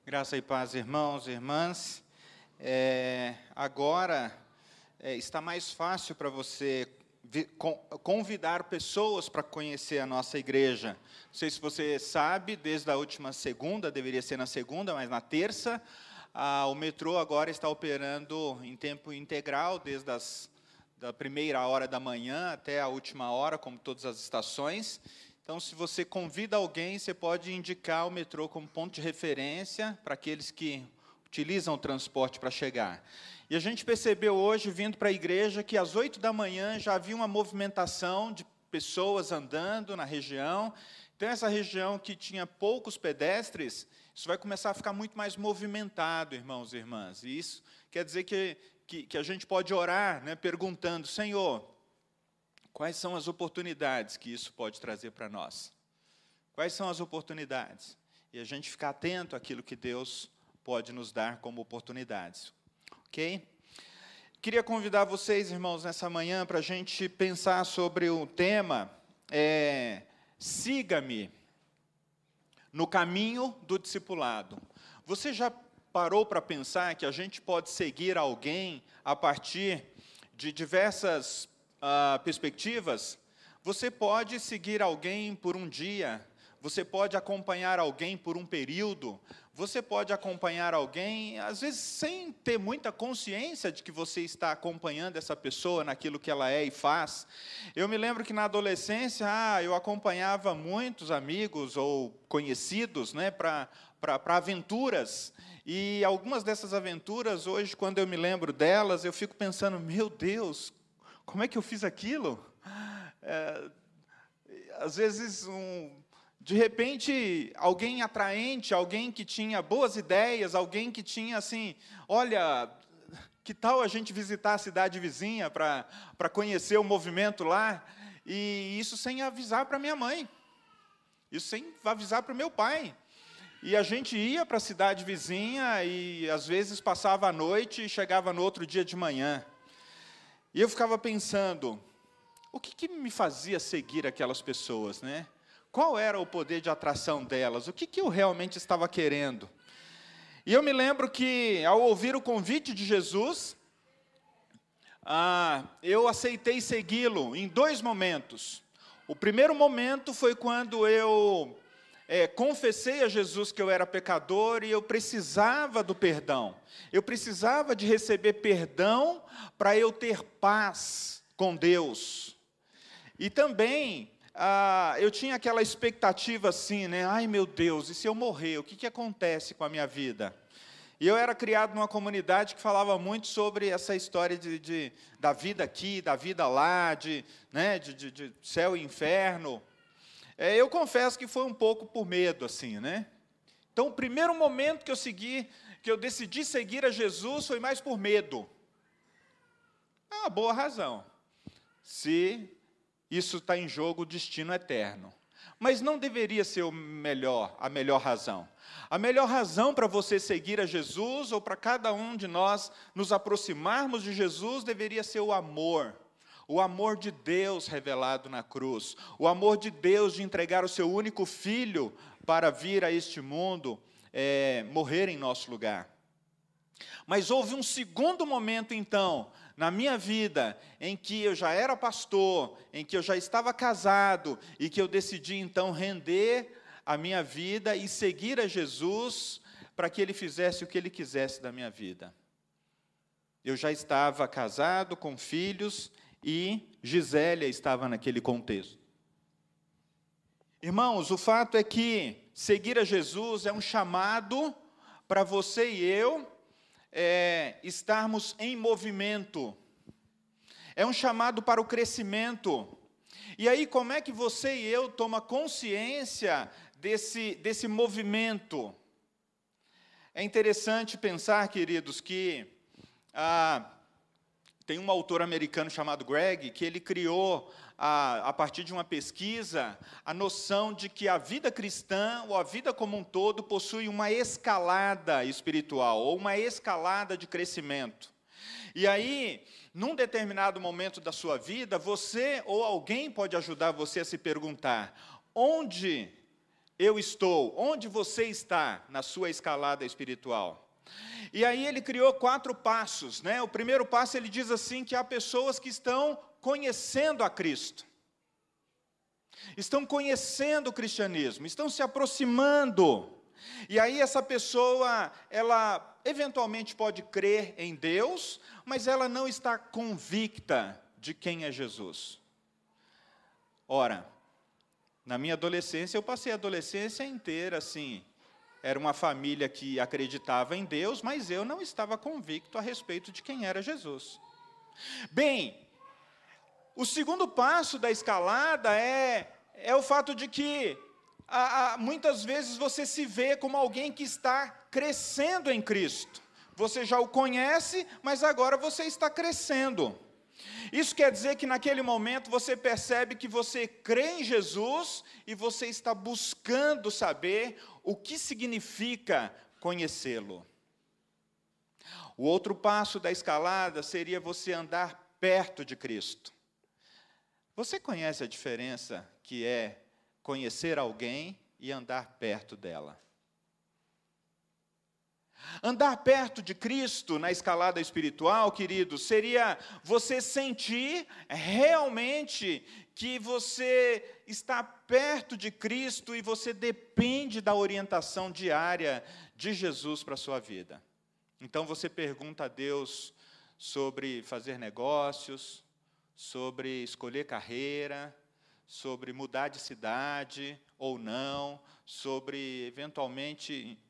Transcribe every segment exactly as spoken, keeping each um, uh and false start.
Graça e paz, irmãos e irmãs. É, agora é, está mais fácil para você vi, com, convidar pessoas para conhecer a nossa igreja. Não sei se você sabe, desde a última segunda, deveria ser na segunda, mas na terça, a, o metrô agora está operando em tempo integral, desde as, da primeira hora da manhã até a última hora, como todas as estações. Então, se você convida alguém, você pode indicar o metrô como ponto de referência para aqueles que utilizam o transporte para chegar. E a gente percebeu hoje, vindo para a igreja, que às oito da manhã já havia uma movimentação de pessoas andando na região. Então, essa região que tinha poucos pedestres, isso vai começar a ficar muito mais movimentado, irmãos e irmãs. E isso quer dizer que, que, que a gente pode orar, né, perguntando, Senhor, quais são as oportunidades que isso pode trazer para nós? Quais são as oportunidades? E a gente ficar atento àquilo que Deus pode nos dar como oportunidades. Ok? Queria convidar vocês, irmãos, nessa manhã, para a gente pensar sobre o tema, é, siga-me no caminho do discipulado. Você já parou para pensar que a gente pode seguir alguém a partir de diversas Uh, perspectivas? Você pode seguir alguém por um dia, você pode acompanhar alguém por um período, você pode acompanhar alguém, às vezes, sem ter muita consciência de que você está acompanhando essa pessoa naquilo que ela é e faz. Eu me lembro que, na adolescência, ah, eu acompanhava muitos amigos ou conhecidos, né, para para aventuras, e algumas dessas aventuras, hoje, quando eu me lembro delas, eu fico pensando, meu Deus, como é que eu fiz aquilo? É, às vezes, um, de repente, alguém atraente, alguém que tinha boas ideias, alguém que tinha assim, olha, que tal a gente visitar a cidade vizinha para para conhecer o movimento lá? E isso sem avisar para minha mãe, isso sem avisar para o meu pai. E a gente ia para a cidade vizinha e, às vezes, passava a noite e chegava no outro dia de manhã. E eu ficava pensando, o que, que me fazia seguir aquelas pessoas, né? Qual era o poder de atração delas? O que, que eu realmente estava querendo? E eu me lembro que, ao ouvir o convite de Jesus, ah, eu aceitei segui-lo em dois momentos. O primeiro momento foi quando eu é, confessei a Jesus que eu era pecador e eu precisava do perdão. Eu precisava de receber perdão para eu ter paz com Deus. E também, ah, eu tinha aquela expectativa assim, né? Ai, meu Deus, e se eu morrer, o que, que acontece com a minha vida? E eu era criado numa comunidade que falava muito sobre essa história de, de, da vida aqui, da vida lá, de, né, de, de, de céu e inferno. É, eu confesso que foi um pouco por medo, assim, né? Então, o primeiro momento que eu segui, que eu decidi seguir a Jesus foi mais por medo. É uma boa razão, se isso está em jogo o destino eterno. Mas não deveria ser o melhor, a melhor razão. A melhor razão para você seguir a Jesus, ou para cada um de nós nos aproximarmos de Jesus, deveria ser o amor. O amor de Deus revelado na cruz. O amor de Deus de entregar o seu único filho para vir a este mundo, é, morrer em nosso lugar. Mas houve um segundo momento, então, na minha vida, em que eu já era pastor, em que eu já estava casado, e que eu decidi, então, render a minha vida e seguir a Jesus para que Ele fizesse o que Ele quisesse da minha vida. Eu já estava casado, com filhos, e Gisélia estava naquele contexto. Irmãos, o fato é que seguir a Jesus é um chamado para você e eu é, estarmos em movimento. É um chamado para o crescimento. E aí, como é que você e eu tomamos consciência desse, desse movimento? É interessante pensar, queridos, que ah, tem um autor americano chamado Greg, que ele criou, a, a partir de uma pesquisa, a noção de que a vida cristã, ou a vida como um todo, possui uma escalada espiritual, ou uma escalada de crescimento. E aí, num determinado momento da sua vida, você ou alguém pode ajudar você a se perguntar, onde eu estou? Onde você está na sua escalada espiritual? E aí ele criou quatro passos, né? O primeiro passo ele diz assim que há pessoas que estão conhecendo a Cristo. Estão conhecendo o cristianismo, estão se aproximando. E aí essa pessoa, ela eventualmente pode crer em Deus, mas ela não está convicta de quem é Jesus. Ora, na minha adolescência, eu passei a adolescência inteira assim, era uma família que acreditava em Deus, mas eu não estava convicto a respeito de quem era Jesus. Bem, o segundo passo da escalada é, é o fato de que a, a, muitas vezes você se vê como alguém que está crescendo em Cristo. Você já o conhece, mas agora você está crescendo. Isso quer dizer que naquele momento você percebe que você crê em Jesus e você está buscando saber o que significa conhecê-lo. O outro passo da escalada seria você andar perto de Cristo. Você conhece a diferença que é conhecer alguém e andar perto dela? Andar perto de Cristo na escalada espiritual, queridos, seria você sentir realmente que você está perto de Cristo e você depende da orientação diária de Jesus para a sua vida. Então você pergunta a Deus sobre fazer negócios, sobre escolher carreira, sobre mudar de cidade ou não, sobre eventualmente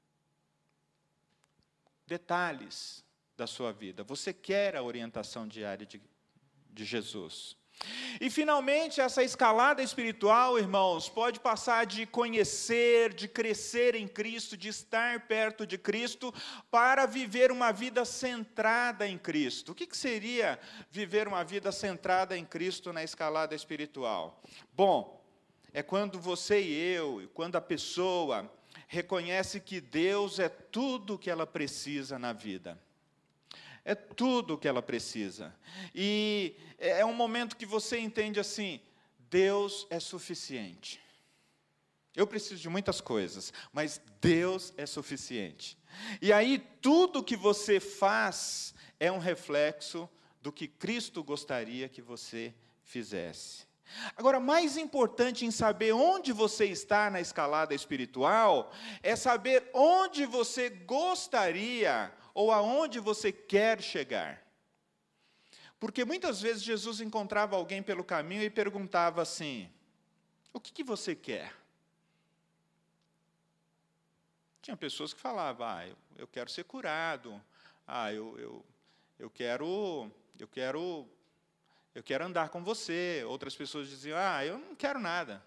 detalhes da sua vida. Você quer a orientação diária de, de Jesus. E, finalmente, essa escalada espiritual, irmãos, pode passar de conhecer, de crescer em Cristo, de estar perto de Cristo, para viver uma vida centrada em Cristo. O que, que seria viver uma vida centrada em Cristo na escalada espiritual? Bom, é quando você e eu, quando a pessoa reconhece que Deus é tudo o que ela precisa na vida. É tudo o que ela precisa. E é um momento que você entende assim, Deus é suficiente. Eu preciso de muitas coisas, mas Deus é suficiente. E aí tudo que você faz é um reflexo do que Cristo gostaria que você fizesse. Agora, mais importante em saber onde você está na escalada espiritual, é saber onde você gostaria ou aonde você quer chegar. Porque muitas vezes Jesus encontrava alguém pelo caminho e perguntava assim, o que, que você quer? Tinha pessoas que falavam, ah, eu, eu quero ser curado, ah, eu, eu, eu quero... Eu quero Eu quero andar com você. Outras pessoas diziam, ah, eu não quero nada.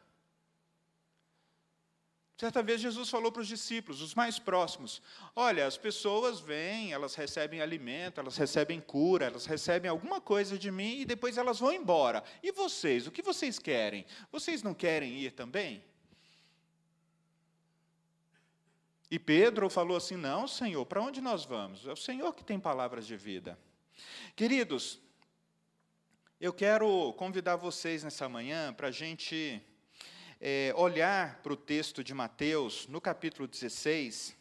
Certa vez Jesus falou para os discípulos, os mais próximos, olha, as pessoas vêm, elas recebem alimento, elas recebem cura, elas recebem alguma coisa de mim e depois elas vão embora. E vocês, o que vocês querem? Vocês não querem ir também? E Pedro falou assim, não, Senhor, para onde nós vamos? É o Senhor que tem palavras de vida. Queridos, eu quero convidar vocês nessa manhã para a gente é, olhar para o texto de Mateus, no capítulo dezesseis.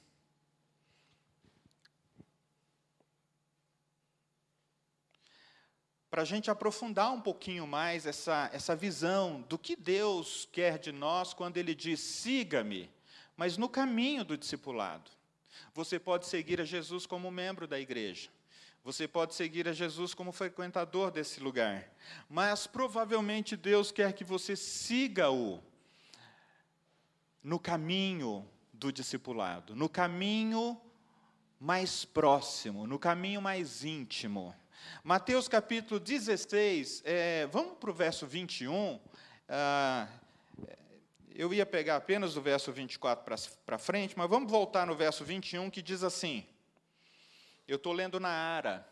Para a gente aprofundar um pouquinho mais essa, essa visão do que Deus quer de nós quando Ele diz, siga-me, mas no caminho do discipulado. Você pode seguir a Jesus como membro da igreja. Você pode seguir a Jesus como frequentador desse lugar, mas provavelmente Deus quer que você siga-o no caminho do discipulado, no caminho mais próximo, no caminho mais íntimo. Mateus capítulo dezesseis, é, vamos para o verso vinte e um, ah, eu ia pegar apenas do verso vinte e quatro para frente, mas vamos voltar no verso vinte e um, que diz assim, eu estou lendo na Ara,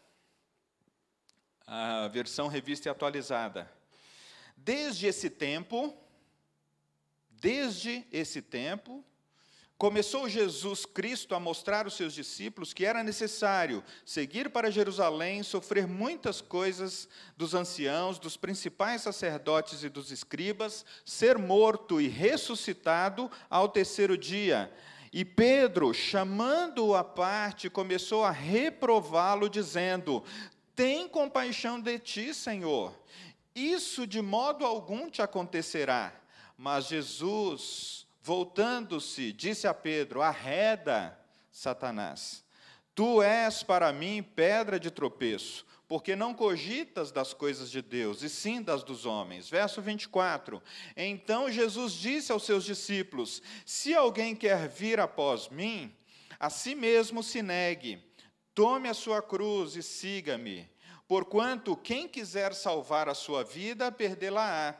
a versão revista e atualizada. Desde esse tempo, desde esse tempo, Começou Jesus Cristo a mostrar aos seus discípulos que era necessário seguir para Jerusalém, sofrer muitas coisas dos anciãos, dos principais sacerdotes e dos escribas, ser morto e ressuscitado ao terceiro dia. E Pedro, chamando-o à parte, começou a reprová-lo, dizendo: tem compaixão de ti, Senhor. Isso de modo algum te acontecerá. Mas Jesus, voltando-se, disse a Pedro: arreda, Satanás. Tu és para mim pedra de tropeço, porque não cogitas das coisas de Deus, e sim das dos homens. Verso vinte e quatro. Então Jesus disse aos seus discípulos: se alguém quer vir após mim, a si mesmo se negue, tome a sua cruz e siga-me. Porquanto quem quiser salvar a sua vida, perdê-la-á.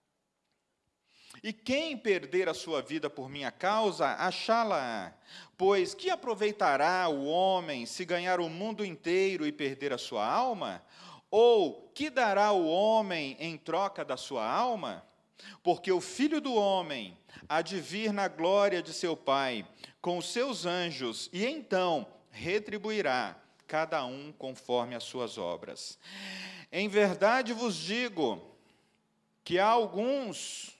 E quem perder a sua vida por minha causa, achá-la-á. Pois que aproveitará o homem se ganhar o mundo inteiro e perder a sua alma? Ou que dará o homem em troca da sua alma? Porque o Filho do Homem há de vir na glória de seu Pai, com os seus anjos, e então retribuirá cada um conforme as suas obras. Em verdade vos digo que há alguns,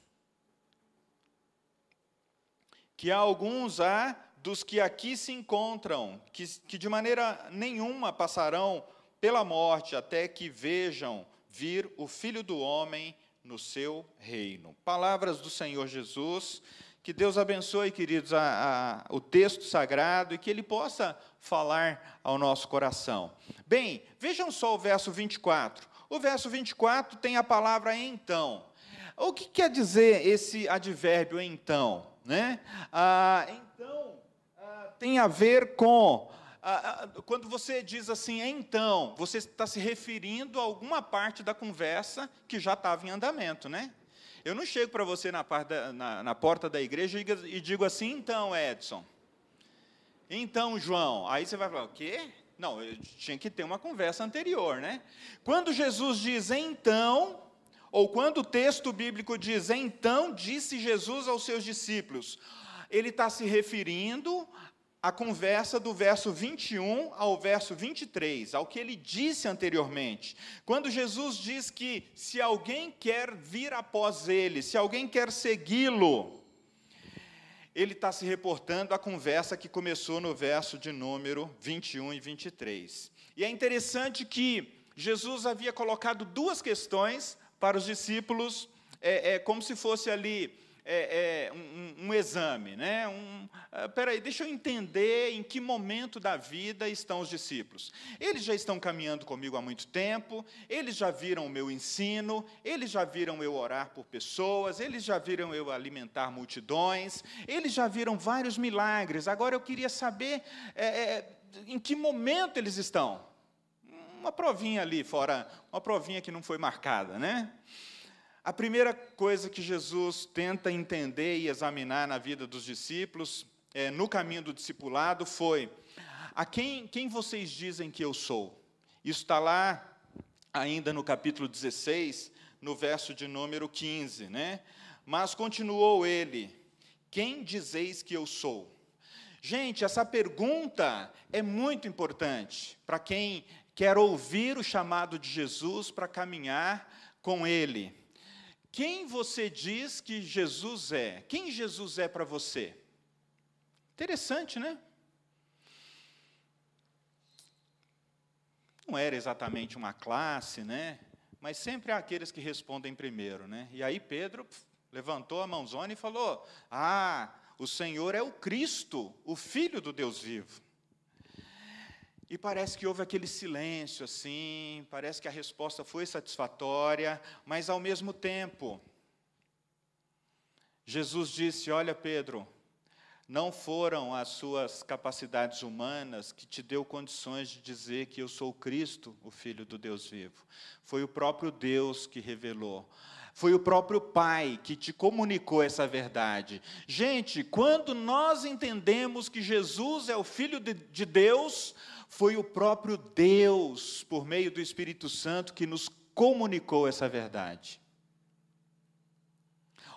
que há alguns há dos que aqui se encontram, que, que de maneira nenhuma passarão pela morte, até que vejam vir o Filho do Homem no seu reino. Palavras do Senhor Jesus. Que Deus abençoe, queridos, a, a, o texto sagrado e que Ele possa falar ao nosso coração. Bem, vejam só o verso vinte e quatro. O verso vinte e quatro tem a palavra então. O que quer dizer esse advérbio então? Né? Ah, então, ah, tem a ver com... Ah, quando você diz assim, então, você está se referindo a alguma parte da conversa que já estava em andamento, né? Eu não chego para você na, da, na, na porta da igreja e, e digo assim, então, Edson, então, João, aí você vai falar, o quê? Não, eu tinha que ter uma conversa anterior, né? Quando Jesus diz então, ou quando o texto bíblico diz, então, disse Jesus aos seus discípulos, ele está se referindo à conversa do verso vinte e um ao verso vinte e três, ao que ele disse anteriormente. Quando Jesus diz que se alguém quer vir após ele, se alguém quer segui-lo, ele está se reportando à conversa que começou no verso de número vinte e um e vinte e três. E é interessante que Jesus havia colocado duas questões para os discípulos, é, é, como se fosse ali é, é, um, um exame, né? Um, uh, peraí, deixa eu entender em que momento da vida estão os discípulos. Eles já estão caminhando comigo há muito tempo, eles já viram o meu ensino, eles já viram eu orar por pessoas, eles já viram eu alimentar multidões, eles já viram vários milagres. Agora eu queria saber é, é, em que momento eles estão. Uma provinha ali fora, uma provinha que não foi marcada, né? A primeira coisa que Jesus tenta entender e examinar na vida dos discípulos, é, no caminho do discipulado, foi: a quem, quem vocês dizem que eu sou? Isso está lá, ainda no capítulo dezesseis, no verso de número quinze, né? Mas continuou ele: quem dizeis que eu sou? Gente, essa pergunta é muito importante para quem quer ouvir o chamado de Jesus para caminhar com Ele. Quem você diz que Jesus é? Quem Jesus é para você? Interessante, né? Não era exatamente uma classe, né? Mas sempre há aqueles que respondem primeiro, né? E aí Pedro pff, levantou a mãozona e falou: ah, o Senhor é o Cristo, o Filho do Deus vivo. E parece que houve aquele silêncio, assim, parece que a resposta foi satisfatória, mas, ao mesmo tempo, Jesus disse: olha, Pedro, não foram as suas capacidades humanas que te deu condições de dizer que eu sou o Cristo, o Filho do Deus vivo. Foi o próprio Deus que revelou. Foi o próprio Pai que te comunicou essa verdade. Gente, quando nós entendemos que Jesus é o Filho de Deus, foi o próprio Deus, por meio do Espírito Santo, que nos comunicou essa verdade.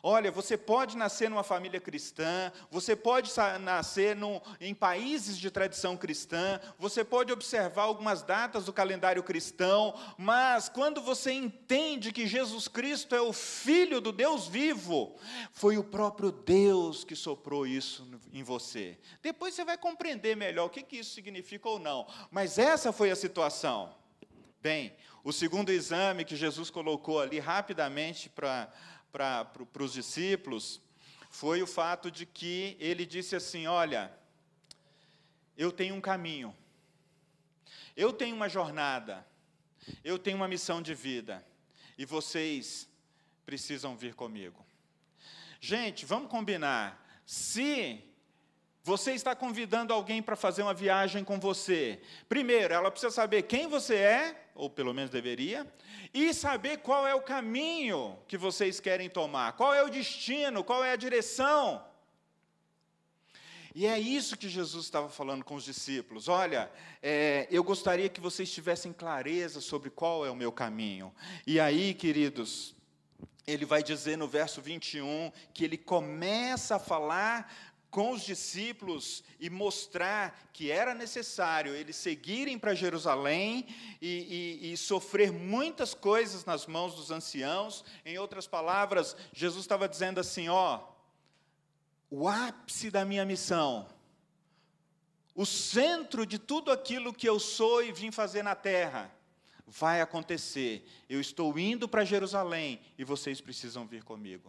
Olha, você pode nascer numa família cristã, você pode nascer no, em países de tradição cristã, você pode observar algumas datas do calendário cristão, mas quando você entende que Jesus Cristo é o Filho do Deus vivo, foi o próprio Deus que soprou isso em você. Depois você vai compreender melhor o que, que isso significa ou não, mas essa foi a situação. Bem, o segundo exame que Jesus colocou ali rapidamente para... para os discípulos, foi o fato de que ele disse assim, olha, eu tenho um caminho, eu tenho uma jornada, eu tenho uma missão de vida, e vocês precisam vir comigo. Gente, vamos combinar, se você está convidando alguém para fazer uma viagem com você, primeiro, ela precisa saber quem você é, ou pelo menos deveria, e saber qual é o caminho que vocês querem tomar, qual é o destino, qual é a direção. E é isso que Jesus estava falando com os discípulos. Olha, é, eu gostaria que vocês tivessem clareza sobre qual é o meu caminho. E aí, queridos, ele vai dizer no verso vinte e um, que ele começa a falar com os discípulos e mostrar que era necessário eles seguirem para Jerusalém e, e, e sofrer muitas coisas nas mãos dos anciãos. Em outras palavras, Jesus estava dizendo assim, ó, o ápice da minha missão, o centro de tudo aquilo que eu sou e vim fazer na terra, vai acontecer. Eu estou indo para Jerusalém e vocês precisam vir comigo.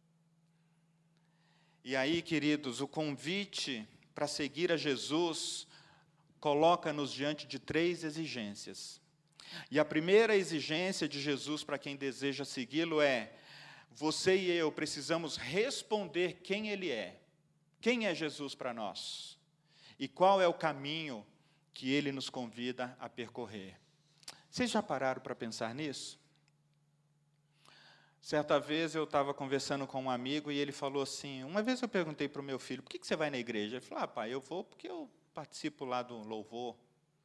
E aí, queridos, o convite para seguir a Jesus coloca-nos diante de três exigências. E a primeira exigência de Jesus para quem deseja segui-lo é: você e eu precisamos responder quem Ele é. Quem é Jesus para nós? E qual é o caminho que Ele nos convida a percorrer? Vocês já pararam para pensar nisso? Certa vez eu estava conversando com um amigo e ele falou assim, uma vez eu perguntei para o meu filho, por que, que você vai na igreja? Ele falou, ah, pai, eu vou porque eu participo lá do louvor.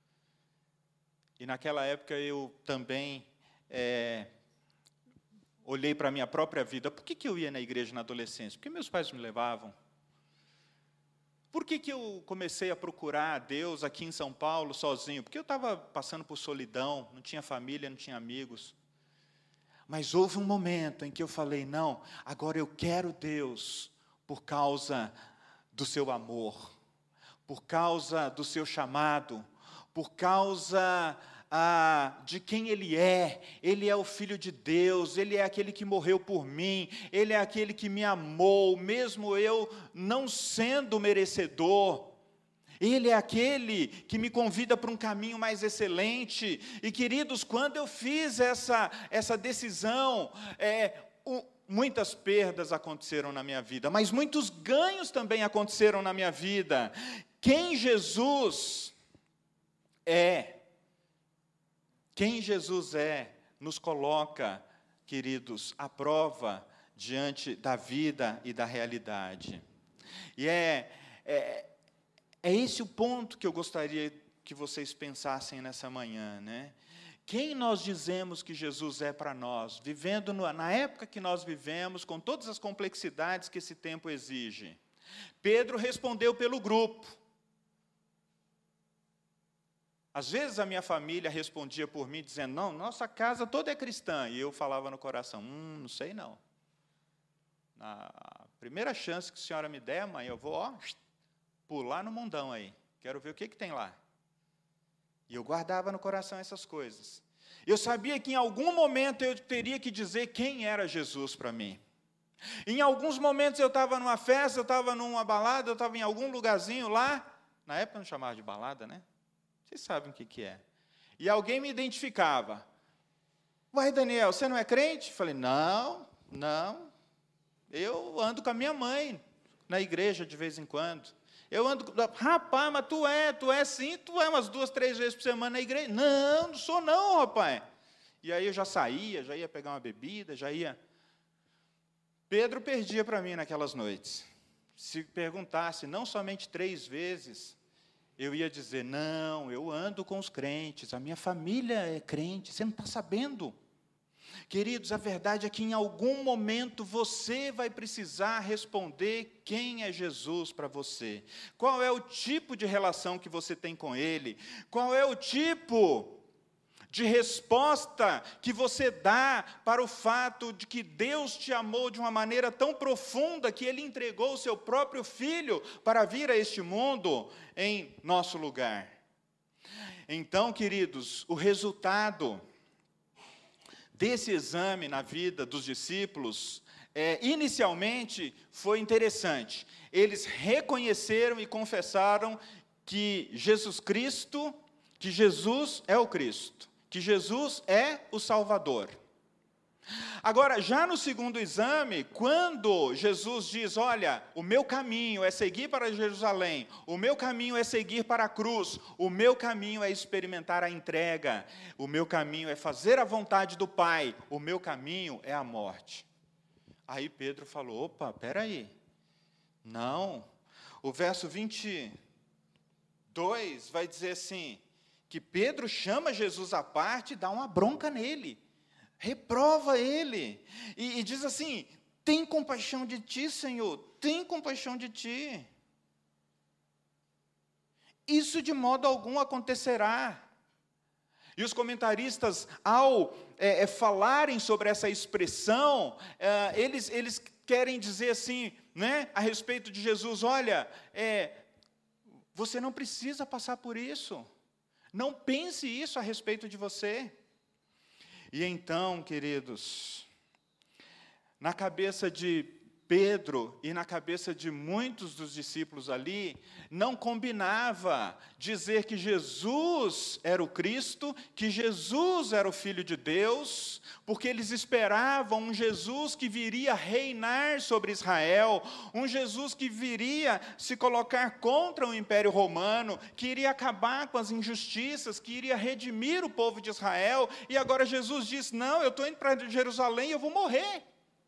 E naquela época eu também é, olhei para a minha própria vida. Por que, que eu ia na igreja na adolescência? Porque meus pais me levavam. Por que, que eu comecei a procurar a Deus aqui em São Paulo sozinho? Porque eu estava passando por solidão, não tinha família, não tinha amigos. Mas houve um momento em que eu falei, não, agora eu quero Deus por causa do seu amor, por causa do seu chamado, por causa ah, de quem Ele é. Ele é o Filho de Deus, Ele é aquele que morreu por mim, Ele é aquele que me amou, mesmo eu não sendo merecedor. Ele é aquele que me convida para um caminho mais excelente. E, queridos, quando eu fiz essa, essa decisão, é, o, muitas perdas aconteceram na minha vida, mas muitos ganhos também aconteceram na minha vida. Quem Jesus é, quem Jesus é, nos coloca, queridos, à prova diante da vida e da realidade. E é... é É esse o ponto que eu gostaria que vocês pensassem nessa manhã, né? Quem nós dizemos que Jesus é para nós, vivendo no, na época que nós vivemos, com todas as complexidades que esse tempo exige? Pedro respondeu pelo grupo. Às vezes a minha família respondia por mim, dizendo, não, nossa casa toda é cristã. E eu falava no coração, hum, não sei não. Na primeira chance que a senhora me der, mãe, eu vou, ó, pular no mundão aí, quero ver o que, que tem lá. E eu guardava no coração essas coisas. Eu sabia que em algum momento eu teria que dizer quem era Jesus para mim. Em alguns momentos eu estava numa festa, eu estava numa balada, eu estava em algum lugarzinho lá, na época não chamava de balada, né? Vocês sabem o que, que é. E alguém me identificava. Uai, Daniel, você não é crente? Falei, não, não, eu ando com a minha mãe na igreja de vez em quando. Eu ando, rapaz, mas tu é, tu é sim, tu é umas duas, três vezes por semana na igreja. Não, não sou não, rapaz. E aí eu já saía, já ia pegar uma bebida, já ia... Pedro perdia para mim naquelas noites. Se perguntasse não somente três vezes, eu ia dizer, não, eu ando com os crentes, a minha família é crente, você não está sabendo. Queridos, a verdade é que em algum momento você vai precisar responder quem é Jesus para você. Qual é o tipo de relação que você tem com Ele? Qual é o tipo de resposta que você dá para o fato de que Deus te amou de uma maneira tão profunda que Ele entregou o seu próprio Filho para vir a este mundo em nosso lugar? Então, queridos, o resultado desse exame na vida dos discípulos, é, inicialmente, foi interessante. Eles reconheceram e confessaram que Jesus Cristo, que Jesus é o Cristo, que Jesus é o Salvador. Agora, já no segundo exame, quando Jesus diz, olha, o meu caminho é seguir para Jerusalém, o meu caminho é seguir para a cruz, o meu caminho é experimentar a entrega, o meu caminho é fazer a vontade do Pai, o meu caminho é a morte. Aí Pedro falou, opa, peraí, não, o verso vinte e dois vai dizer assim, que Pedro chama Jesus à parte e dá uma bronca nele, reprova ele, e, e diz assim, tem compaixão de ti, Senhor, tem compaixão de ti. Isso de modo algum acontecerá. E os comentaristas, ao é, é, falarem sobre essa expressão, é, eles, eles querem dizer assim, né, a respeito de Jesus, olha, é, você não precisa passar por isso, não pense isso a respeito de você. E então, queridos, na cabeça de Pedro e na cabeça de muitos dos discípulos ali, não combinava dizer que Jesus era o Cristo, que Jesus era o Filho de Deus, porque eles esperavam um Jesus que viria reinar sobre Israel, um Jesus que viria se colocar contra o Império Romano, que iria acabar com as injustiças, que iria redimir o povo de Israel, e agora Jesus diz, não, eu estou indo para Jerusalém e eu vou morrer.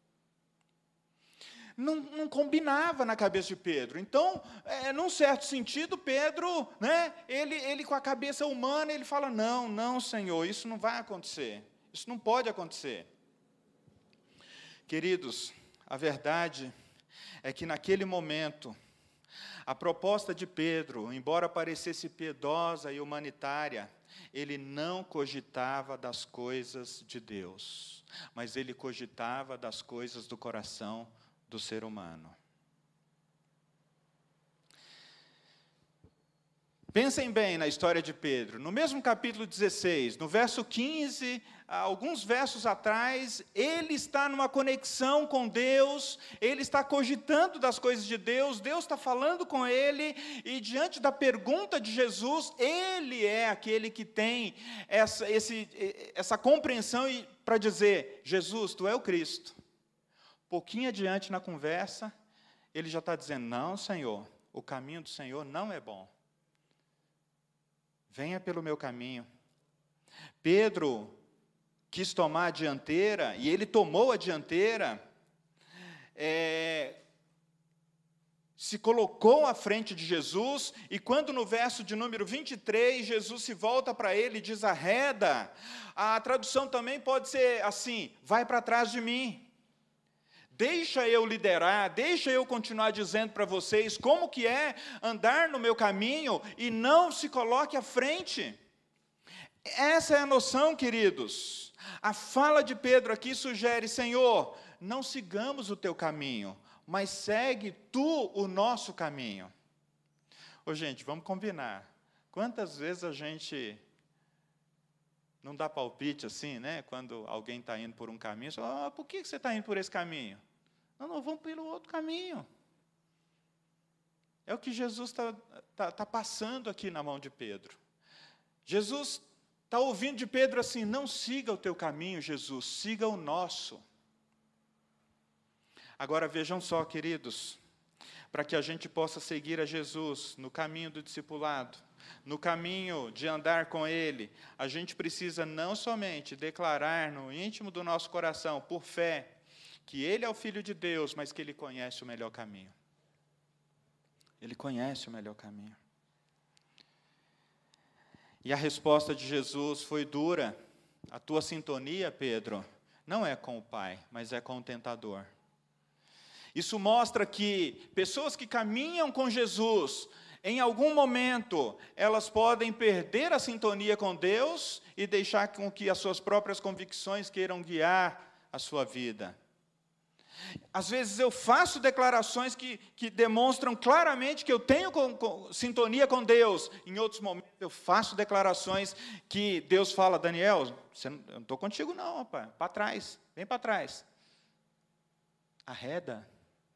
Não, não combinava na cabeça de Pedro. Então, é, num certo sentido, Pedro, né, ele, ele com a cabeça humana, ele fala, não, não, Senhor, isso não vai acontecer. Isso não pode acontecer. Queridos, a verdade é que naquele momento, a proposta de Pedro, embora parecesse piedosa e humanitária, ele não cogitava das coisas de Deus, mas ele cogitava das coisas do coração do ser humano. Pensem bem na história de Pedro. No mesmo capítulo dezesseis, no verso quinze, alguns versos atrás, ele está numa conexão com Deus, ele está cogitando das coisas de Deus, Deus está falando com ele, e diante da pergunta de Jesus, ele é aquele que tem essa, esse, essa compreensão para dizer, Jesus, tu é o Cristo. Pouquinho adiante na conversa, ele já está dizendo, não, Senhor, o caminho do Senhor não é bom. Venha pelo meu caminho. Pedro quis tomar a dianteira, e ele tomou a dianteira, é, se colocou à frente de Jesus, e quando no verso de número vinte e três, Jesus se volta para ele e diz, arreda, a tradução também pode ser assim, vai para trás de mim. Deixa eu liderar, deixa eu continuar dizendo para vocês como que é andar no meu caminho e não se coloque à frente. Essa é a noção, queridos. A fala de Pedro aqui sugere, Senhor, não sigamos o teu caminho, mas segue tu o nosso caminho. Ô, gente, vamos combinar. Quantas vezes a gente não dá palpite assim, né? Quando alguém está indo por um caminho, você fala, ah, por que você está indo por esse caminho? Não, não, vamos pelo outro caminho. É o que Jesus está tá, tá passando aqui na mão de Pedro. Jesus está ouvindo de Pedro assim, não siga o teu caminho, Jesus, siga o nosso. Agora vejam só, queridos, para que a gente possa seguir a Jesus no caminho do discipulado, no caminho de andar com Ele, a gente precisa não somente declarar no íntimo do nosso coração, por fé, que Ele é o Filho de Deus, mas que Ele conhece o melhor caminho. Ele conhece o melhor caminho. E a resposta de Jesus foi dura. A tua sintonia, Pedro, não é com o Pai, mas é com o tentador. Isso mostra que pessoas que caminham com Jesus, em algum momento, elas podem perder a sintonia com Deus e deixar com que as suas próprias convicções queiram guiar a sua vida. Às vezes eu faço declarações que, que demonstram claramente que eu tenho com, com, sintonia com Deus. Em outros momentos eu faço declarações que Deus fala, Daniel, você não, eu não estou contigo não, rapaz, para trás, vem para trás. Arreda,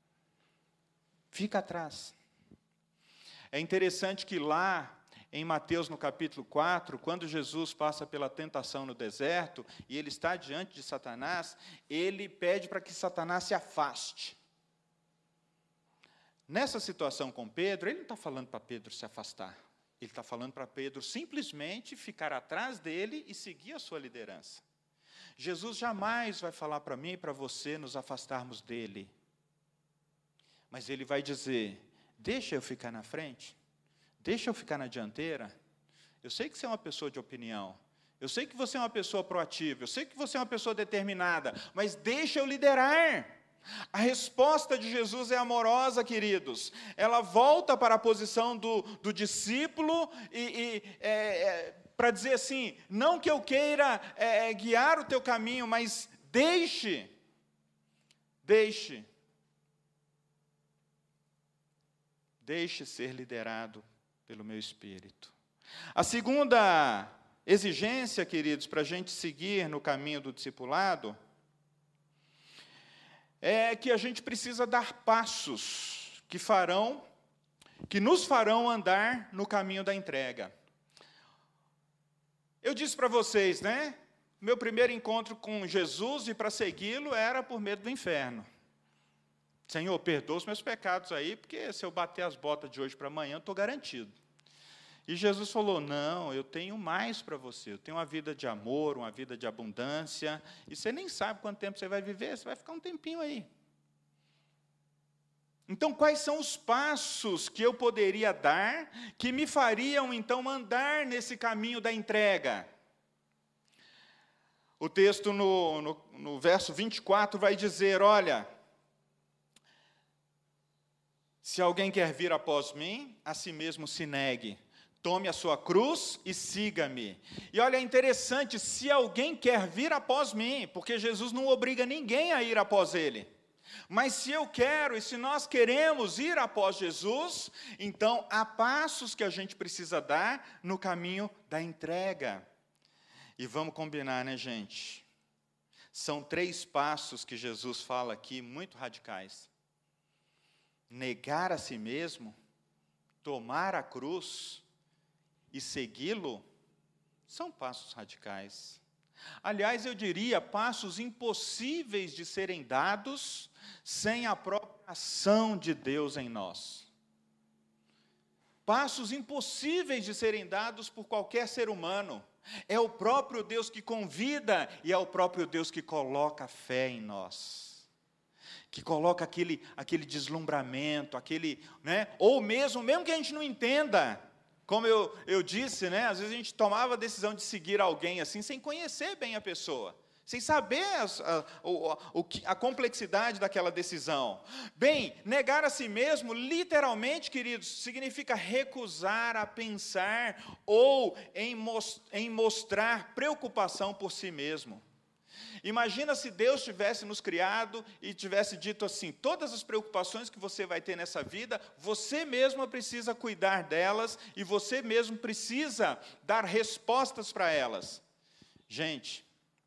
fica atrás. É interessante que lá, em Mateus, no capítulo quatro, quando Jesus passa pela tentação no deserto, e ele está diante de Satanás, ele pede para que Satanás se afaste. Nessa situação com Pedro, ele não está falando para Pedro se afastar. Ele está falando para Pedro simplesmente ficar atrás dele e seguir a sua liderança. Jesus jamais vai falar para mim e para você nos afastarmos dele. Mas ele vai dizer, deixa eu ficar na frente. Deixa eu ficar na dianteira. Eu sei que você é uma pessoa de opinião. Eu sei que você é uma pessoa proativa. Eu sei que você é uma pessoa determinada. Mas deixa eu liderar. A resposta de Jesus é amorosa, queridos. Ela volta para a posição do, do discípulo e, e é, é, para dizer assim, não que eu queira é, guiar o teu caminho, mas deixe. Deixe. Deixe ser liderado pelo meu Espírito. A segunda exigência, queridos, para a gente seguir no caminho do discipulado, é que a gente precisa dar passos que farão, que nos farão andar no caminho da entrega. Eu disse para vocês, né? Meu primeiro encontro com Jesus e para segui-lo era por medo do inferno. Senhor, perdoa os meus pecados aí, porque se eu bater as botas de hoje para amanhã, eu estou garantido. E Jesus falou, não, eu tenho mais para você, eu tenho uma vida de amor, uma vida de abundância, e você nem sabe quanto tempo você vai viver, você vai ficar um tempinho aí. Então, quais são os passos que eu poderia dar, que me fariam, então, andar nesse caminho da entrega? O texto no, no, no verso vinte e quatro vai dizer, olha, se alguém quer vir após mim, a si mesmo se negue. Tome a sua cruz e siga-me. E olha, é interessante, se alguém quer vir após mim, porque Jesus não obriga ninguém a ir após ele. Mas se eu quero e se nós queremos ir após Jesus, então há passos que a gente precisa dar no caminho da entrega. E vamos combinar, né, gente? São três passos que Jesus fala aqui, muito radicais. Negar a si mesmo, tomar a cruz e segui-lo, são passos radicais. Aliás, eu diria, passos impossíveis de serem dados sem a própria ação de Deus em nós. Passos impossíveis de serem dados por qualquer ser humano. É o próprio Deus que convida e é o próprio Deus que coloca fé em nós. Que coloca aquele, aquele deslumbramento, aquele, né? Ou mesmo, mesmo que a gente não entenda, como eu, eu disse, né? Às vezes a gente tomava a decisão de seguir alguém assim, sem conhecer bem a pessoa, sem saber a, a, a, a complexidade daquela decisão. Bem, negar a si mesmo, literalmente, queridos, significa recusar a pensar ou em, most, em mostrar preocupação por si mesmo. Imagina se Deus tivesse nos criado e tivesse dito assim, todas as preocupações que você vai ter nessa vida, você mesmo precisa cuidar delas e você mesmo precisa dar respostas para elas. Gente,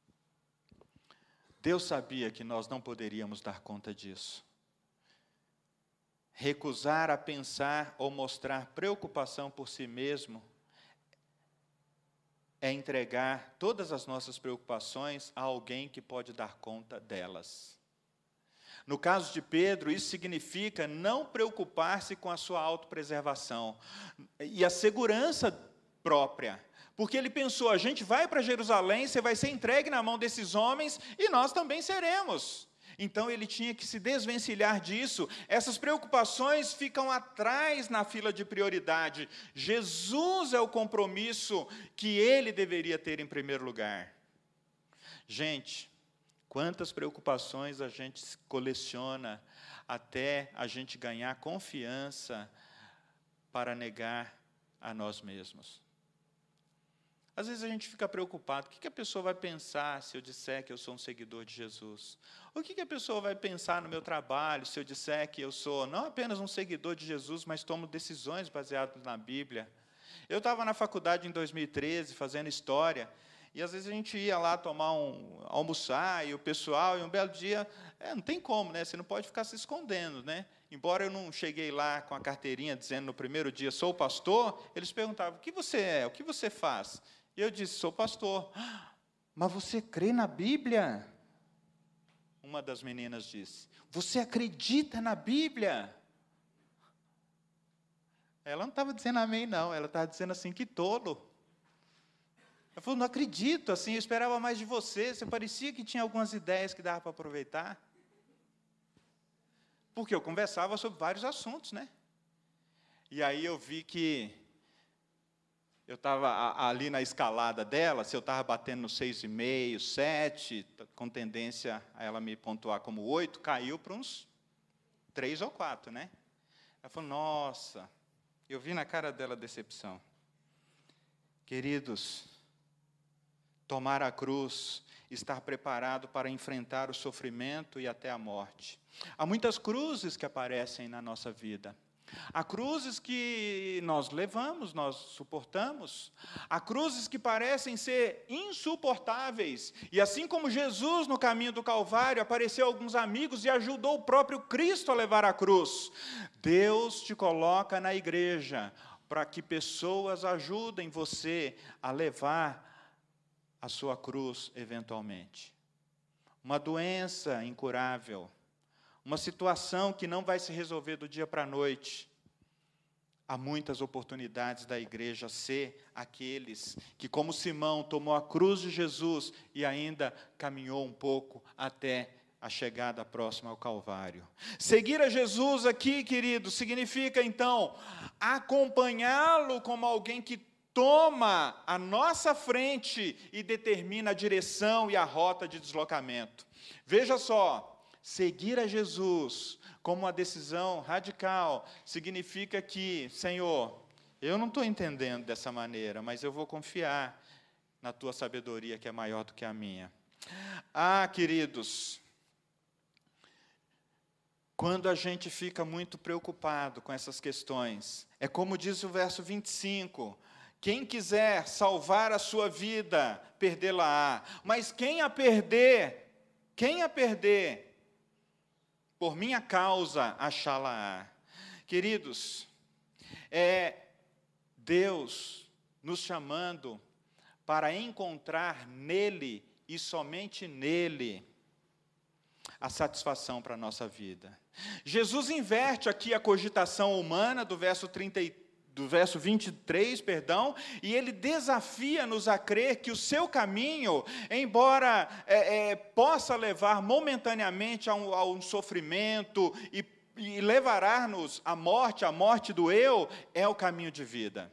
Deus sabia que nós não poderíamos dar conta disso. Recusar a pensar ou mostrar preocupação por si mesmo é entregar todas as nossas preocupações a alguém que pode dar conta delas. No caso de Pedro, isso significa não preocupar-se com a sua autopreservação e a segurança própria. Porque ele pensou, a gente vai para Jerusalém, você vai ser entregue na mão desses homens e nós também seremos. Então, ele tinha que se desvencilhar disso. Essas preocupações ficam atrás na fila de prioridade. Jesus é o compromisso que ele deveria ter em primeiro lugar. Gente, Quantas preocupações a gente coleciona até a gente ganhar confiança para negar a nós mesmos. Às vezes a gente fica preocupado, o que a pessoa vai pensar se eu disser que eu sou um seguidor de Jesus? O que a pessoa vai pensar no meu trabalho se eu disser que eu sou não apenas um seguidor de Jesus, mas tomo decisões baseadas na Bíblia? Eu estava na faculdade em dois mil e treze, fazendo História, e às vezes a gente ia lá tomar um, almoçar, e o pessoal, e um belo dia, é, não tem como, né? Você não pode ficar se escondendo, né? Embora eu não cheguei lá com a carteirinha dizendo no primeiro dia, sou pastor, eles perguntavam, o que você é, o que você faz? E eu disse, sou pastor. Ah, mas você crê na Bíblia? Uma das meninas disse, você acredita na Bíblia? Ela não estava dizendo amém, não, ela estava dizendo assim, que tolo. Ela falou, não acredito, assim, eu esperava mais de você, você parecia que tinha algumas ideias que dava para aproveitar. Porque eu conversava sobre vários assuntos, né? E aí eu vi que eu estava ali na escalada dela, se eu estava batendo no seis vírgula cinco, sete, com tendência a ela me pontuar como oito, caiu para uns três ou quatro, né? Ela falou, nossa, eu vi na cara dela a decepção. Queridos, tomar a cruz, estar preparado para enfrentar o sofrimento e até a morte. Há muitas cruzes que aparecem na nossa vida. Há cruzes que nós levamos, nós suportamos. Há cruzes que parecem ser insuportáveis. E assim como Jesus, no caminho do Calvário, apareceu a alguns amigos e ajudou o próprio Cristo a levar a cruz. Deus te coloca na igreja para que pessoas ajudem você a levar a sua cruz eventualmente. Uma doença incurável, uma situação que não vai se resolver do dia para a noite. Há muitas oportunidades da igreja ser aqueles que, como Simão, tomou a cruz de Jesus e ainda caminhou um pouco até a chegada próxima ao Calvário. Seguir a Jesus aqui, querido, significa, então, acompanhá-lo como alguém que toma a nossa frente e determina a direção e a rota de deslocamento. Veja só, seguir a Jesus como uma decisão radical significa que, Senhor, eu não estou entendendo dessa maneira, mas eu vou confiar na Tua sabedoria que é maior do que a minha. Ah, queridos, quando a gente fica muito preocupado com essas questões, é como diz o verso vinte e cinco, quem quiser salvar a sua vida, perdê-la-á. Mas quem a perder, quem a perder, por minha causa, achá-la-á. Queridos, é Deus nos chamando para encontrar nele e somente nele a satisfação para a nossa vida. Jesus inverte aqui a cogitação humana do verso trinta e do verso vinte e três, perdão, e ele desafia-nos a crer que o seu caminho, embora é, é, possa levar momentaneamente a um, a um sofrimento e, e levará-nos à morte, à morte do eu, é o caminho de vida.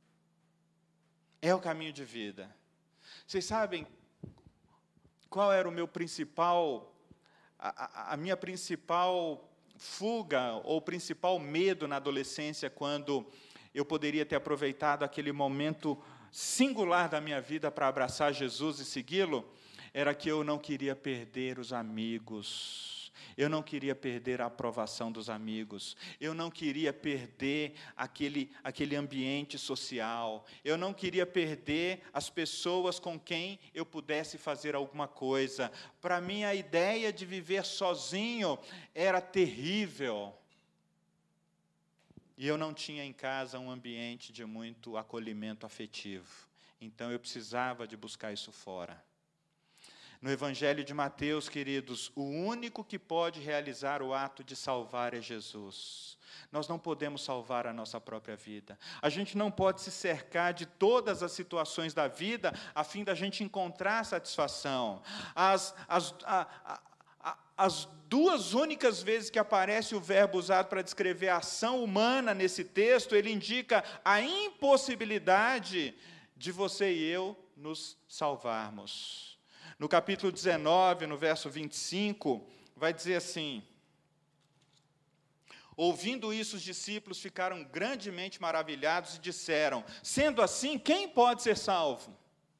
É o caminho de vida. Vocês sabem qual era o meu principal, a, a, a minha principal fuga, ou principal medo na adolescência, quando eu poderia ter aproveitado aquele momento singular da minha vida para abraçar Jesus e segui-lo, era que eu não queria perder os amigos, eu não queria perder a aprovação dos amigos, eu não queria perder aquele, aquele ambiente social, eu não queria perder as pessoas com quem eu pudesse fazer alguma coisa. Para mim, a ideia de viver sozinho era terrível. E eu não tinha em casa um ambiente de muito acolhimento afetivo. Então, eu precisava de buscar isso fora. No Evangelho de Mateus, queridos, o único que pode realizar o ato de salvar é Jesus. Nós não podemos salvar a nossa própria vida. A gente não pode se cercar de todas as situações da vida a fim da gente encontrar satisfação. As... as a, a, As duas únicas vezes que aparece o verbo usado para descrever a ação humana nesse texto, ele indica a impossibilidade de você e eu nos salvarmos. No capítulo dezenove, no verso vinte e cinco, vai dizer assim: ouvindo isso, os discípulos ficaram grandemente maravilhados e disseram: sendo assim, quem pode ser salvo?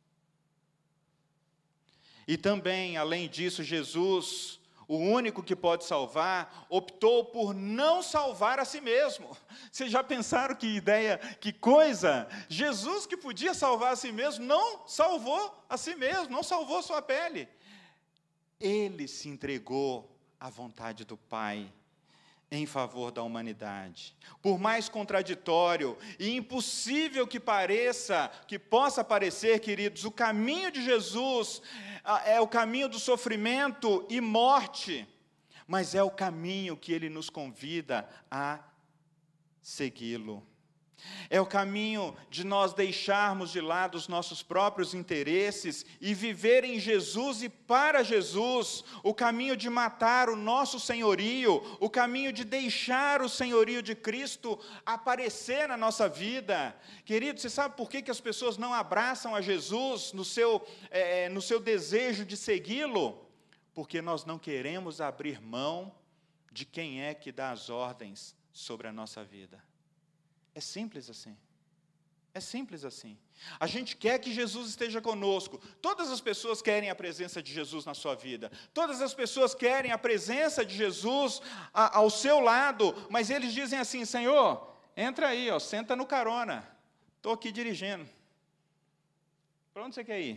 E também, além disso, Jesus, o único que pode salvar, optou por não salvar a si mesmo. Vocês já pensaram que ideia, que coisa? Jesus, que podia salvar a si mesmo, não salvou a si mesmo, não salvou sua pele. Ele se entregou à vontade do Pai em favor da humanidade. Por mais contraditório e impossível que pareça, que possa parecer, queridos, o caminho de Jesus é o caminho do sofrimento e morte, mas é o caminho que Ele nos convida a segui-lo. É o caminho de nós deixarmos de lado os nossos próprios interesses e viver em Jesus e para Jesus, o caminho de matar o nosso senhorio, o caminho de deixar o senhorio de Cristo aparecer na nossa vida. Querido, você sabe por que, que as pessoas não abraçam a Jesus no seu, é, no seu desejo de segui-lo? Porque nós não queremos abrir mão de quem é que dá as ordens sobre a nossa vida. É simples assim. É simples assim. A gente quer que Jesus esteja conosco. Todas as pessoas querem a presença de Jesus na sua vida. Todas as pessoas querem a presença de Jesus a, ao seu lado. Mas eles dizem assim: Senhor, entra aí, ó, senta no carona. Estou aqui dirigindo. Para onde você quer ir?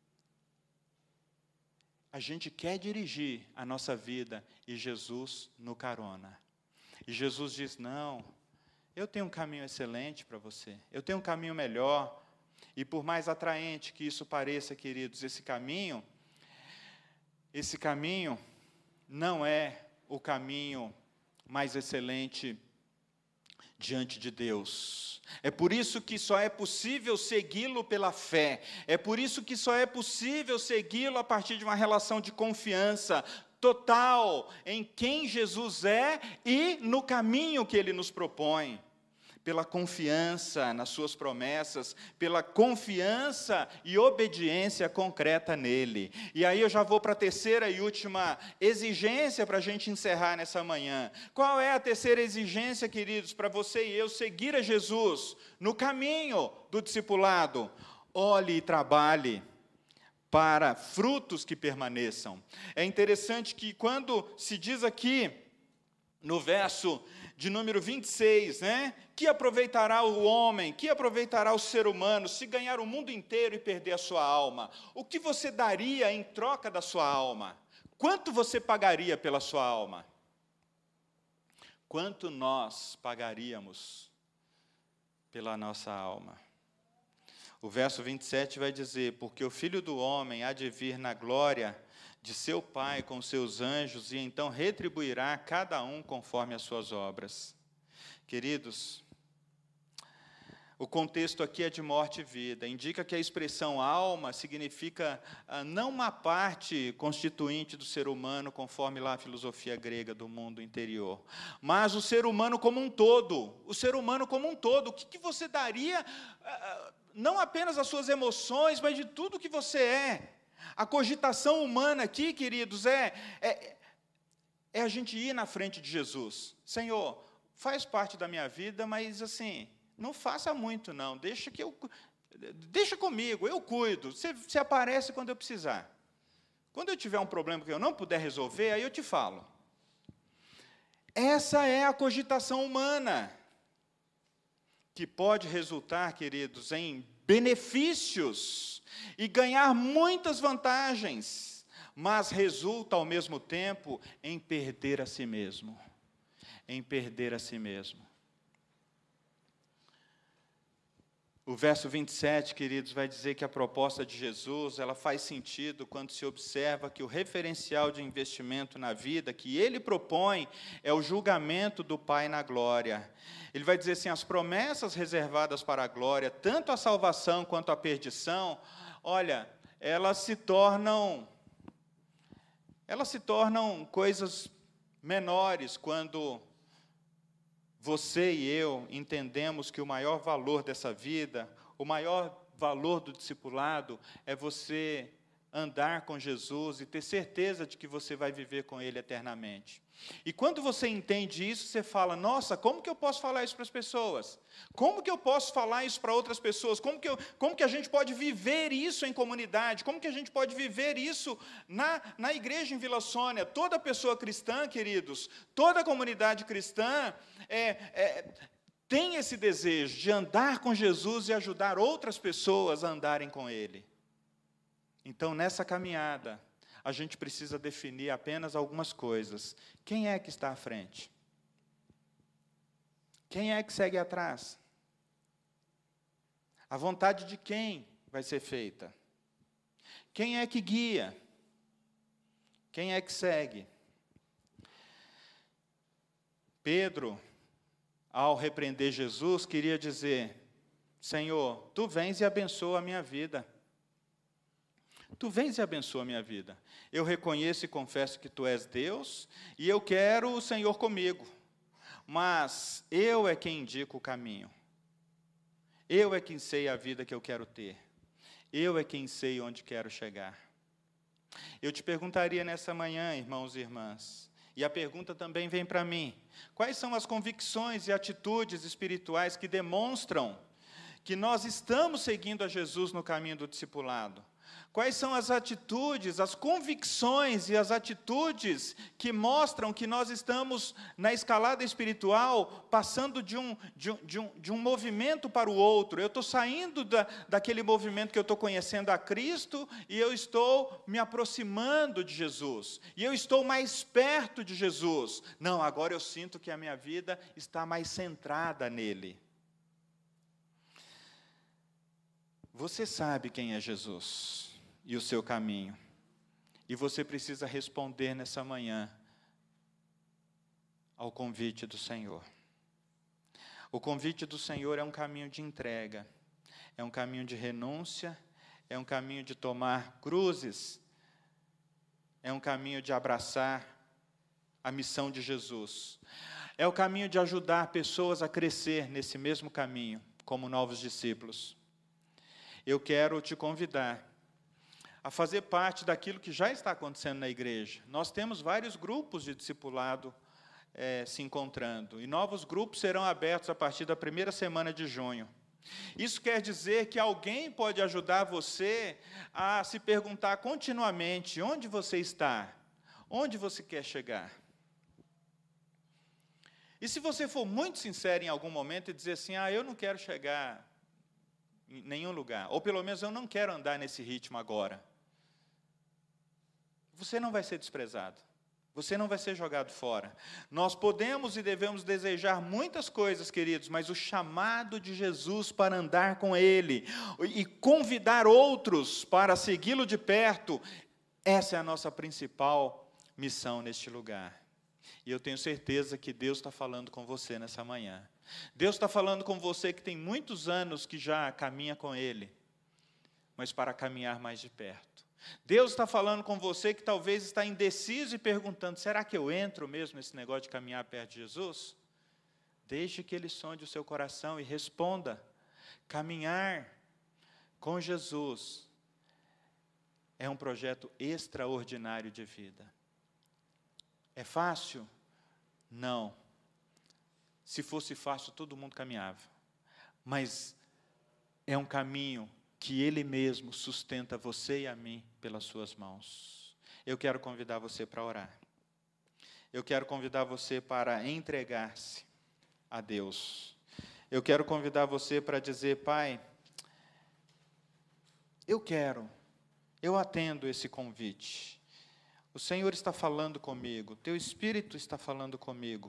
A gente quer dirigir a nossa vida e Jesus no carona. E Jesus diz: não, eu tenho um caminho excelente para você, eu tenho um caminho melhor, e por mais atraente que isso pareça, queridos, esse caminho, esse caminho não é o caminho mais excelente diante de Deus. É por isso que só é possível segui-lo pela fé, é por isso que só é possível segui-lo a partir de uma relação de confiança total em quem Jesus é e no caminho que Ele nos propõe. Pela confiança nas suas promessas, pela confiança e obediência concreta nele. E aí eu já vou para a terceira e última exigência para a gente encerrar nessa manhã. Qual é a terceira exigência, queridos, para você e eu seguir a Jesus no caminho do discipulado? Olhe e trabalhe para frutos que permaneçam. É interessante que quando se diz aqui, no verso de número vinte e seis, né? Que aproveitará o homem, que aproveitará o ser humano, se ganhar o mundo inteiro e perder a sua alma? O que você daria em troca da sua alma? Quanto você pagaria pela sua alma? Quanto nós pagaríamos pela nossa alma? O verso vinte e sete vai dizer: porque o Filho do Homem há de vir na glória de seu Pai com seus anjos, e então retribuirá a cada um conforme as suas obras. Queridos, o contexto aqui é de morte e vida. Indica que a expressão alma significa ah, não uma parte constituinte do ser humano, conforme lá a filosofia grega do mundo interior, mas o ser humano como um todo. O ser humano como um todo. O que, que você daria, ah, não apenas as suas emoções, mas de tudo que você é? A cogitação humana aqui, queridos, é, é, é a gente ir na frente de Jesus. Senhor, faz parte da minha vida, mas assim, não faça muito não, deixa, que eu, deixa comigo, eu cuido, você, você aparece quando eu precisar. Quando eu tiver um problema que eu não puder resolver, aí eu te falo. Essa é a cogitação humana, que pode resultar, queridos, em benefícios e ganhar muitas vantagens, mas resulta ao mesmo tempo em perder a si mesmo, em perder a si mesmo. O verso vinte e sete, queridos, vai dizer que a proposta de Jesus, ela faz sentido quando se observa que o referencial de investimento na vida que ele propõe é o julgamento do Pai na glória. Ele vai dizer assim: as promessas reservadas para a glória, tanto a salvação quanto a perdição, olha, elas se tornam, elas se tornam coisas menores quando você e eu entendemos que o maior valor dessa vida, o maior valor do discipulado é você andar com Jesus e ter certeza de que você vai viver com Ele eternamente. E quando você entende isso, você fala, nossa, como que eu posso falar isso para as pessoas? Como que eu posso falar isso para outras pessoas? Como que, eu, como que a gente pode viver isso em comunidade? Como que a gente pode viver isso na, na igreja em Vila Sônia? Toda pessoa cristã, queridos, toda comunidade cristã é, é, tem esse desejo de andar com Jesus e ajudar outras pessoas a andarem com Ele. Então, nessa caminhada, a gente precisa definir apenas algumas coisas. Quem é que está à frente? Quem é que segue atrás? A vontade de quem vai ser feita? Quem é que guia? Quem é que segue? Pedro, ao repreender Jesus, queria dizer, Senhor, Tu vens e abençoa a minha vida. Tu vens e abençoa a minha vida. Eu reconheço e confesso que Tu és Deus, e eu quero o Senhor comigo. Mas eu é quem indico o caminho. Eu é quem sei a vida que eu quero ter. Eu é quem sei onde quero chegar. Eu te perguntaria nessa manhã, irmãos e irmãs, e a pergunta também vem para mim, quais são as convicções e atitudes espirituais que demonstram que nós estamos seguindo a Jesus no caminho do discipulado? Quais são as atitudes, as convicções e as atitudes que mostram que nós estamos na escalada espiritual, passando de um, de um, de um, de um movimento para o outro? Eu estou saindo da, daquele movimento que eu estou conhecendo a Cristo e eu estou me aproximando de Jesus. E eu estou mais perto de Jesus. Não, agora eu sinto que a minha vida está mais centrada nele. Você sabe quem é Jesus e o seu caminho. E você precisa responder nessa manhã ao convite do Senhor. O convite do Senhor é um caminho de entrega, é um caminho de renúncia, é um caminho de tomar cruzes, é um caminho de abraçar a missão de Jesus. É o caminho de ajudar pessoas a crescer nesse mesmo caminho, como novos discípulos. Eu quero te convidar a fazer parte daquilo que já está acontecendo na igreja. Nós temos vários grupos de discipulado é, se encontrando, e novos grupos serão abertos a partir da primeira semana de junho. Isso quer dizer que alguém pode ajudar você a se perguntar continuamente, onde você está? Onde você quer chegar? E se você for muito sincero em algum momento e dizer assim, ah, eu não quero chegar em nenhum lugar, ou pelo menos eu não quero andar nesse ritmo agora, você não vai ser desprezado, você não vai ser jogado fora. Nós podemos e devemos desejar muitas coisas, queridos, mas o chamado de Jesus para andar com Ele e convidar outros para segui-lo de perto, essa é a nossa principal missão neste lugar. E eu tenho certeza que Deus está falando com você nessa manhã. Deus está falando com você que tem muitos anos que já caminha com Ele, mas para caminhar mais de perto. Deus está falando com você que talvez está indeciso e perguntando, será que eu entro mesmo nesse negócio de caminhar perto de Jesus? Deixe que Ele sonde o seu coração e responda. Caminhar com Jesus é um projeto extraordinário de vida. É fácil? Não. Se fosse fácil, todo mundo caminhava. Mas é um caminho que Ele mesmo sustenta você e a mim pelas suas mãos. Eu quero convidar você para orar. Eu quero convidar você para entregar-se a Deus. Eu quero convidar você para dizer, Pai, eu quero, eu atendo esse convite. O Senhor está falando comigo, Teu Espírito está falando comigo.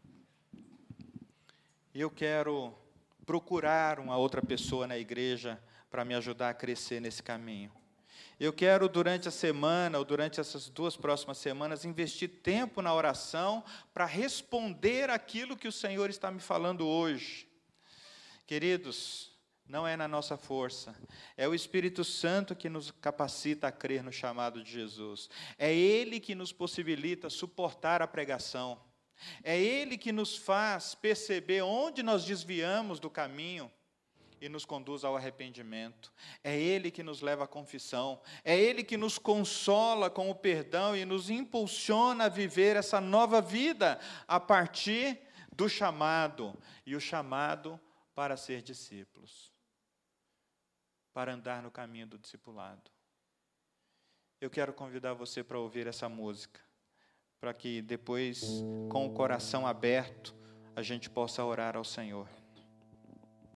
E eu quero procurar uma outra pessoa na igreja para me ajudar a crescer nesse caminho. Eu quero, durante a semana, ou durante essas duas próximas semanas, investir tempo na oração para responder aquilo que o Senhor está me falando hoje. Queridos, não é na nossa força, é o Espírito Santo que nos capacita a crer no chamado de Jesus. É Ele que nos possibilita suportar a pregação. É Ele que nos faz perceber onde nós desviamos do caminho e nos conduz ao arrependimento. É Ele que nos leva à confissão. É Ele que nos consola com o perdão e nos impulsiona a viver essa nova vida a partir do chamado. E o chamado para ser discípulos, para andar no caminho do discipulado. Eu quero convidar você para ouvir essa música, para que depois, com o coração aberto, a gente possa orar ao Senhor.